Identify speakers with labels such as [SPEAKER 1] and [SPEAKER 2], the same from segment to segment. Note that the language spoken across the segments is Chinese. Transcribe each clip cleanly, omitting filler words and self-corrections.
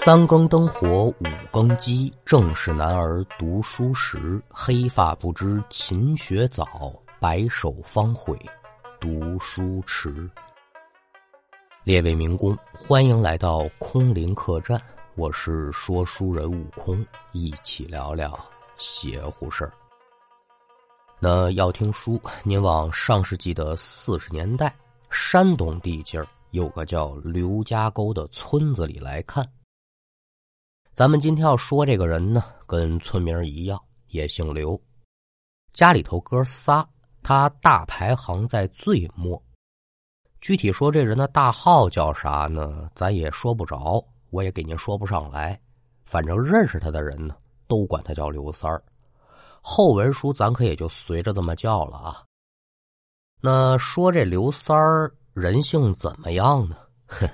[SPEAKER 1] 三更灯火五更鸡，正是男儿读书时。黑发不知勤学早，白首方悔读书迟。列位民工，欢迎来到空灵客栈，我是说书人悟空，一起聊聊邪乎事儿。那要听书，您往上世纪的40年代，山东地界有个叫刘家沟的村子里来看。咱们今天要说这个人呢，跟村名一样，也姓刘。家里头哥仨，他大排行在最末。具体说这人的大号叫啥呢，咱也说不着，我也给您说不上来。反正认识他的人呢，都管他叫刘三儿。后文书咱可也就随着这么叫了啊。那说这刘三儿人性怎么样呢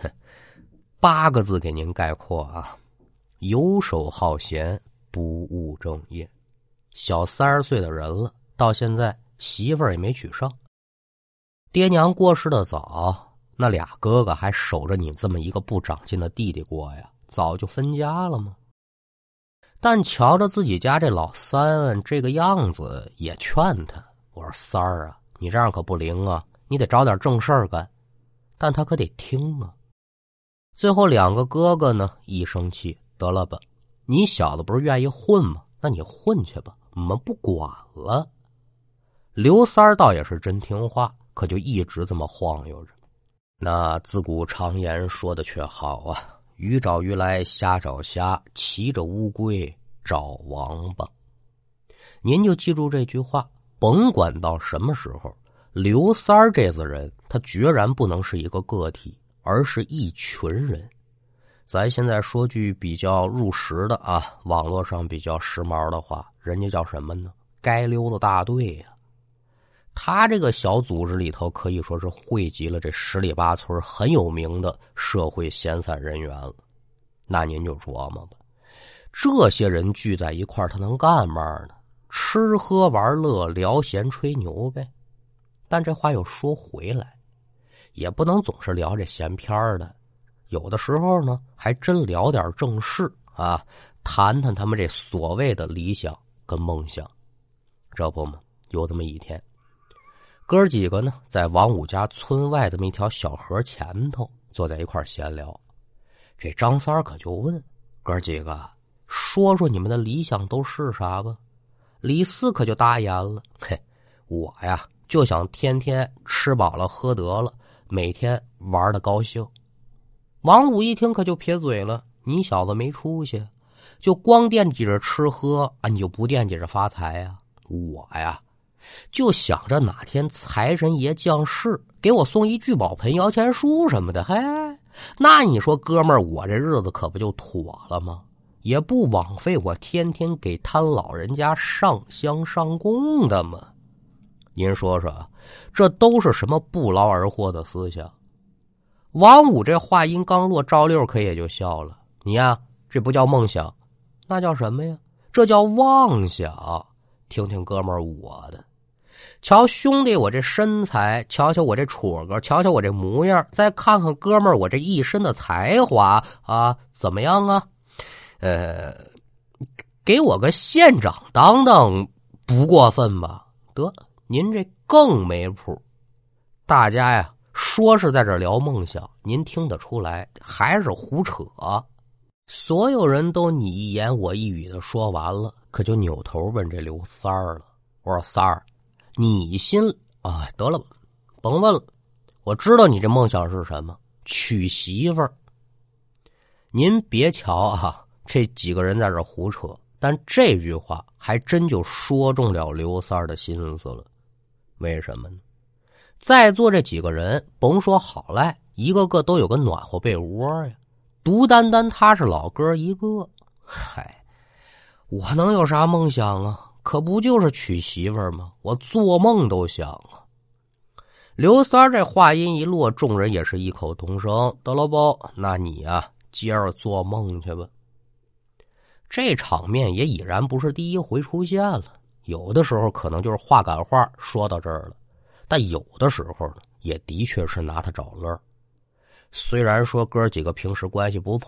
[SPEAKER 1] ？8个字给您概括啊：游手好闲，不务正业。小30岁的人了，到现在媳妇儿也没娶上。爹娘过世的早，那俩哥哥还守着你这么一个不长进的弟弟过呀，早就分家了吗？但瞧着自己家这老三这个样子，也劝他，我说三儿啊，你这样可不灵啊，你得找点正事儿干。但他可得听啊。最后2个哥哥呢，一生气，得了吧，你小子不是愿意混吗？那你混去吧，我们不管了。刘三儿倒也是真听话，可就一直这么晃悠着。那自古常言说的却好啊，鱼找鱼来，虾找虾，骑着乌龟找王八。您就记住这句话，甭管到什么时候，刘三儿这子人，他决然不能是一个个体，而是一群人。咱现在说句比较入时的啊，网络上比较时髦的话，人家叫什么呢？街溜子大队呀。他这个小组织里头可以说是汇集了这10里8村很有名的社会闲散人员了。那您就琢磨吧，这些人聚在一块儿，他能干嘛呢？吃喝玩乐，聊闲吹牛呗。但这话又说回来，也不能总是聊这闲篇的，有的时候呢还真聊点正事啊，谈谈他们这所谓的理想跟梦想。这不嘛，有这么一天，哥几个呢在王五家村外这么一条小河前头坐在一块闲聊。这张三可就问哥几个，说说你们的理想都是啥吧？李四可就答言了，嘿，我呀就想天天吃饱了喝得了，每天玩得高兴。王五一听可就撇嘴了，你小子没出息，就光惦记着吃喝啊，你就不惦记着发财啊？我呀就想着哪天财神爷降世，给我送一聚宝盆、摇钱树什么的，嘿，那你说哥们儿，我这日子可不就妥了吗？也不枉费我天天给贪老人家上香上供的嘛。您说说，这都是什么不劳而获的思想？王五这话音刚落，赵六可也就笑了。你呀，这不叫梦想，那叫什么呀？这叫妄想。听听哥们儿我的，瞧兄弟我这身材，瞧瞧我这戳个，瞧瞧我这模样，再看看哥们儿我这一身的才华啊，怎么样啊？给我个县长当当不过分吧？得，您这更没谱。大家呀说是在这聊梦想，您听得出来还是胡扯。所有人都你一言我一语的说完了，可就扭头问这刘三儿了。我说三儿，你心啊，得了吧，甭问了，我知道你这梦想是什么，娶媳妇儿。您别瞧啊，这几个人在这胡扯，但这句话还真就说中了刘三儿的心思了。为什么呢？在座这几个人甭说好赖，一个个都有个暖和被窝呀，独单单他是老哥一个。嗨，我能有啥梦想啊？可不就是娶媳妇儿吗？我做梦都想啊。刘三儿这话音一落，众人也是异口同声，得了不，那你啊接着做梦去吧。这场面也已然不是第一回出现了，有的时候可能就是话赶话说到这儿了，但有的时候呢也的确是拿他找乐。虽然说哥几个平时关系不错，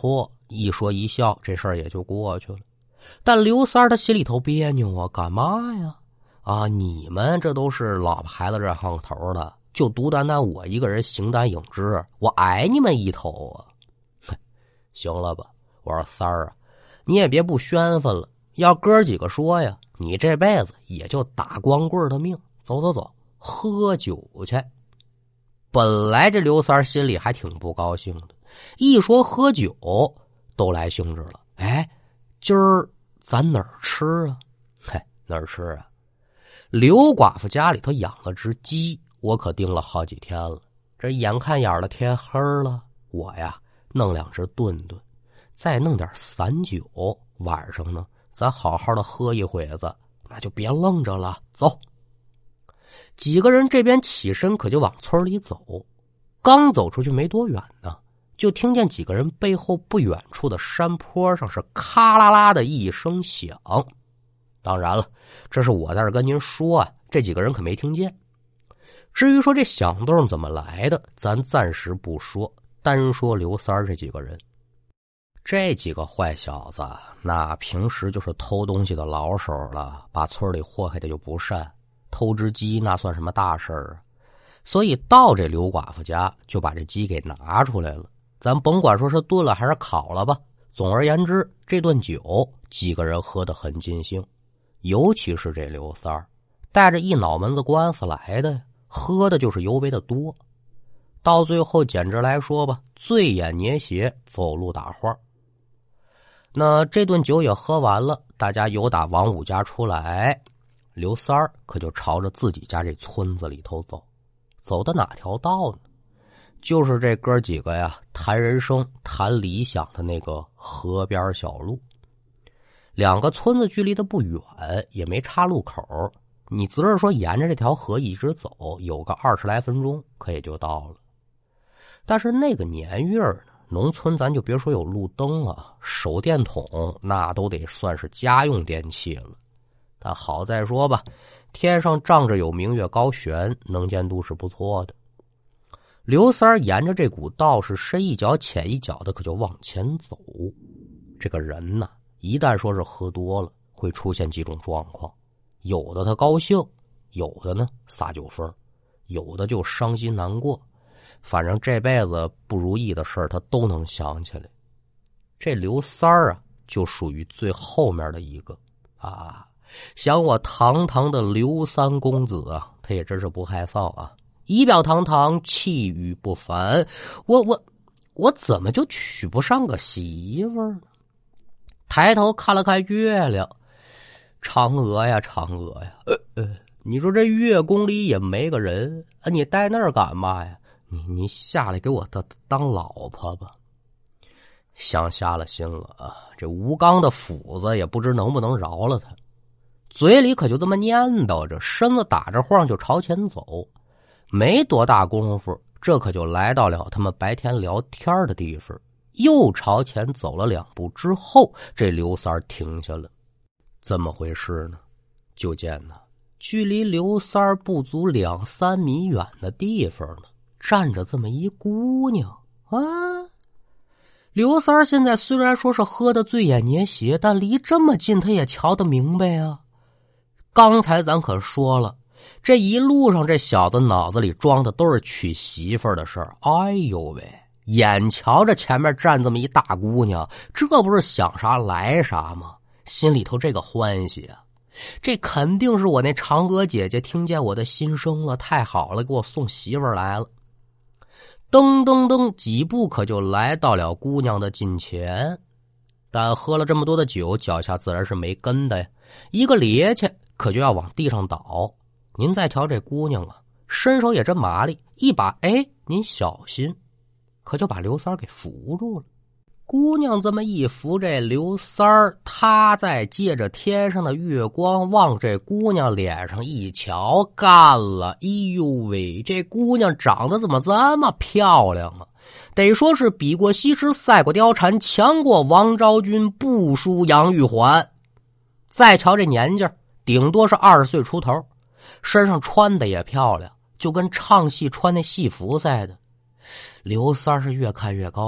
[SPEAKER 1] 一说一笑，这事儿也就过去了。但刘三儿他心里头别扭啊，干嘛呀？啊，你们这都是老婆孩子这行头的，就独单单我一个人形单影只，我矮你们一头啊！行了吧，我说三儿啊，你也别不宣愤了。要哥几个说呀，你这辈子也就打光棍的命。走走走，喝酒去。本来这刘三儿心里还挺不高兴的，一说喝酒都来兴致了。哎，今儿咱哪儿吃啊？嘿，哪儿吃啊？刘寡妇家里头养了只鸡，我可盯了好几天了。这眼看眼的天黑了，我呀弄2只炖炖，再弄点散酒，晚上呢咱好好的喝一会子，那就别愣着了。走。几个人这边起身可就往村里走，刚走出去没多远呢，就听见几个人背后不远处的山坡上是咔啦啦的一声响。当然了，这是我在这跟您说啊，这几个人可没听见。至于说这响动怎么来的，咱暂时不说，单说刘三儿这几个人。这几个坏小子那平时就是偷东西的老手了，把村里祸害的就不善，偷只鸡那算什么大事儿啊？所以到这刘寡妇家就把这鸡给拿出来了，咱甭管说是炖了还是烤了吧，总而言之这顿酒几个人喝得很尽兴，尤其是这刘三儿带着一脑门子官司来的，喝的就是尤为的多，到最后简直来说吧，醉眼捏斜，走路打晃。那这顿酒也喝完了，大家由打王五家出来，刘三儿可就朝着自己家这村子里头走。走的哪条道呢？就是这哥几个呀谈人生谈理想的那个河边小路。2个村子距离的不远，也没岔路口，你只是说沿着这条河一直走，有个20来分钟可也就到了。但是那个年月呢，农村咱就别说有路灯了，手电筒那都得算是家用电器了。但好在说吧，天上仗着有明月高悬，能见度是不错的。刘三儿沿着这股道是深一脚浅一脚的，可就往前走。这个人呢，一旦说是喝多了，会出现几种状况，有的他高兴，有的呢撒酒疯，有的就伤心难过，反正这辈子不如意的事儿他都能想起来。这刘三儿啊，就属于最后面的一个啊。想我堂堂的刘三公子啊，他也真是不害臊啊，仪表堂堂，气宇不凡，我怎么就娶不上个媳妇儿呢？抬头看了看月亮，嫦娥呀嫦娥呀，你说这月宫里也没个人啊，你待那儿干嘛呀？你下来给我当老婆吧。想瞎了心了啊！这吴刚的斧子也不知能不能饶了他，嘴里可就这么念叨着，身子打着晃就朝前走。没多大功夫，这可就来到了他们白天聊天的地方。又朝前走了2步之后，这刘三儿停下了。怎么回事呢？就见呢，距离刘三儿不足2、3米远的地方呢，站着这么一姑娘啊。刘三儿现在虽然说是喝得醉眼捏斜，但离这么近他也瞧得明白啊。刚才咱可说了，这一路上这小子脑子里装的都是娶媳妇儿的事儿。哎呦喂，眼瞧着前面站这么一大姑娘，这不是想啥来啥吗？心里头这个欢喜啊，这肯定是我那嫦娥姐姐听见我的心声了，太好了，给我送媳妇儿来了。噔噔噔几步可就来到了姑娘的近前，但喝了这么多的酒，脚下自然是没跟的呀，一个趔趄可就要往地上倒。您再瞧这姑娘啊，身手也真麻利，一把您小心，可就把刘三儿给扶住了。姑娘这么一扶这刘三儿，他再借着天上的月光往这姑娘脸上一瞧，干了！哎呦喂，这姑娘长得怎么这么漂亮啊？得说是比过西施，赛过貂蝉，强过王昭君，不输杨玉环。再瞧这年纪，顶多是20岁出头，身上穿的也漂亮，就跟唱戏穿那戏服似的。刘三儿是越看越高兴，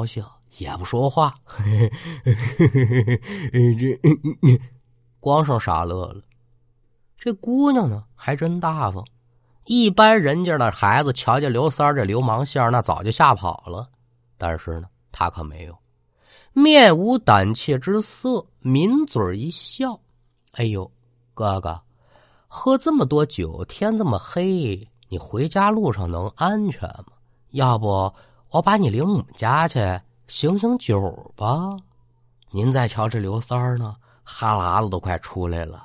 [SPEAKER 1] 也不说话，光剩傻乐了。这姑娘呢还真大方，一般人家的孩子瞧见刘三这流氓相，那早就吓跑了，但是呢他可没有，面无胆怯之色，抿嘴一笑，哎呦，哥哥，喝这么多酒，天这么黑，你回家路上能安全吗？要不我把你领我们家去醒醒酒吧。您再瞧这刘三呢，哈喇子都快出来了。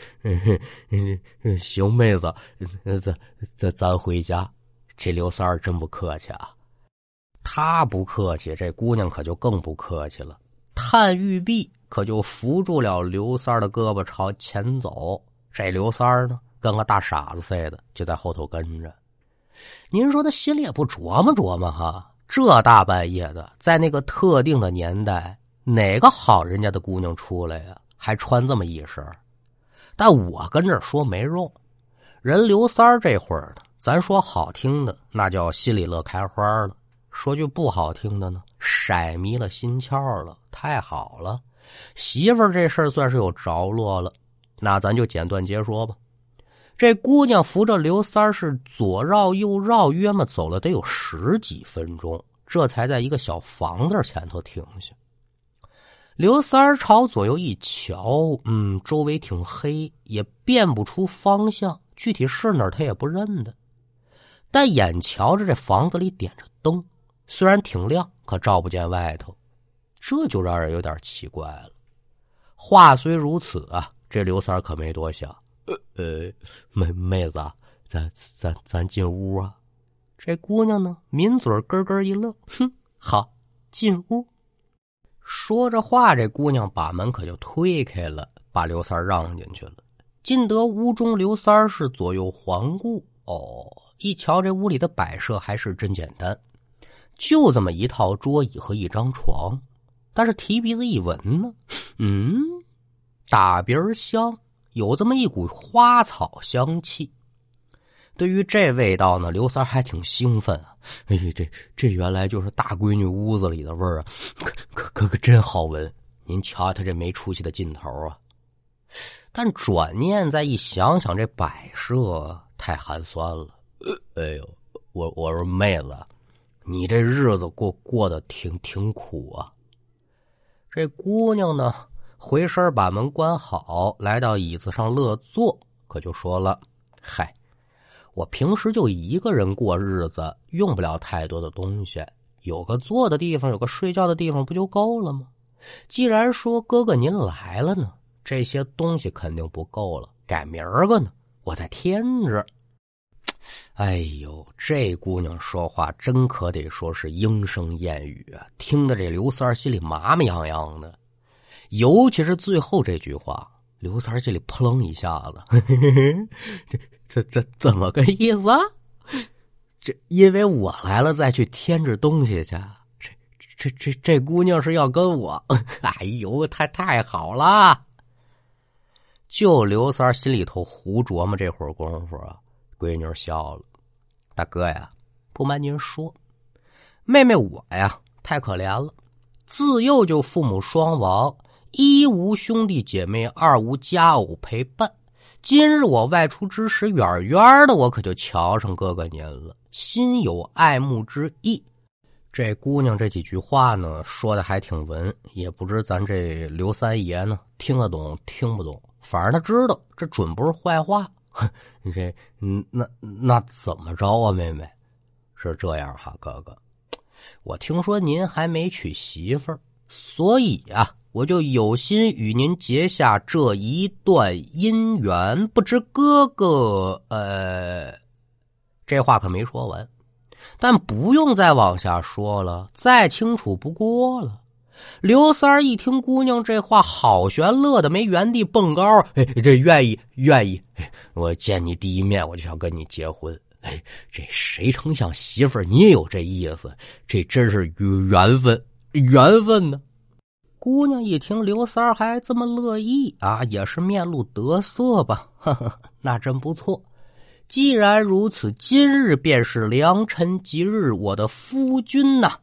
[SPEAKER 1] 行，妹子，咱回家。这刘三真不客气啊。他不客气，这姑娘可就更不客气了。探玉璧可就扶住了刘三的胳膊朝前走。这刘三呢，跟个大傻子似的，就在后头跟着。您说他心里也不琢磨琢磨哈，这大半夜的，在那个特定的年代，哪个好人家的姑娘出来呀，还穿这么一身？但我跟这儿说没用，人刘三这会儿呢，咱说好听的，那叫心里乐开花了；说句不好听的呢，色迷了心窍了，太好了，媳妇儿这事儿算是有着落了。那咱就简短截说吧。这姑娘扶着刘三是左绕右绕，约么走了得有10几分钟，这才在一个小房子前头停下。刘三朝左右一瞧，周围挺黑，也辨不出方向，具体是哪儿他也不认得。但眼瞧着这房子里点着灯，虽然挺亮，可照不见外头，这就让人有点奇怪了。话虽如此啊，这刘三可没多想，妹子，咱进屋啊。这姑娘呢，抿嘴咯咯一乐，哼，好，进屋。说着话，这姑娘把门可就推开了，把刘三让进去了。进得屋中，刘三是左右环顾，一瞧这屋里的摆设还是真简单，就这么一套桌椅和一张床。但是提鼻子一闻呢，打鼻儿香，有这么一股花草香气。对于这味道呢，刘三还挺兴奋啊！哎呀，这原来就是大闺女屋子里的味儿啊，可真好闻！您瞧他这没出息的劲头啊！但转念再一想想，这摆设太寒酸了。哎呦，我说妹子，你这日子过得挺苦啊！这姑娘呢，回身把门关好，来到椅子上乐坐，可就说了：“嗨。我平时就一个人过日子，用不了太多的东西，有个坐的地方，有个睡觉的地方不就够了吗？既然说哥哥您来了呢，这些东西肯定不够了，改明儿个呢，我再添置。”哎呦，这姑娘说话真可得说是莺声燕语啊，听得这刘三心里麻麻痒痒的。尤其是最后这句话，刘三心里扑棱一下子，怎么个意思啊？这因为我来了再去添置东西去，这姑娘是要跟我，哎呦，太好了！就刘三心里头胡琢磨这会儿功夫啊，闺女笑了：“大哥呀，不瞒您说，妹妹我呀太可怜了，自幼就父母双亡，一无兄弟姐妹，二无佳偶陪伴。今日我外出之时，远远的我可就瞧上哥哥您了，心有爱慕之意。”这姑娘这几句话呢，说的还挺文，也不知咱这刘三爷呢听得懂听不懂，反正他知道这准不是坏话。这那怎么着啊，妹妹？是这样哈，哥哥，我听说您还没娶媳妇儿，所以啊，我就有心与您结下这一段姻缘，不知哥哥这话可没说完，但不用再往下说了，再清楚不过了。刘三一听姑娘这话，好悬，乐得没原地蹦高。这愿意，我见你第一面我就想跟你结婚。这谁成想媳妇儿你也有这意思，这真是缘分呢。姑娘一听刘三还这么乐意啊，也是面露得色吧，呵呵，那真不错。既然如此，今日便是良辰吉日，我的夫君呐，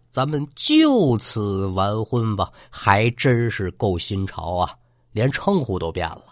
[SPEAKER 1] 咱们就此完婚吧。还真是够新潮啊，连称呼都变了。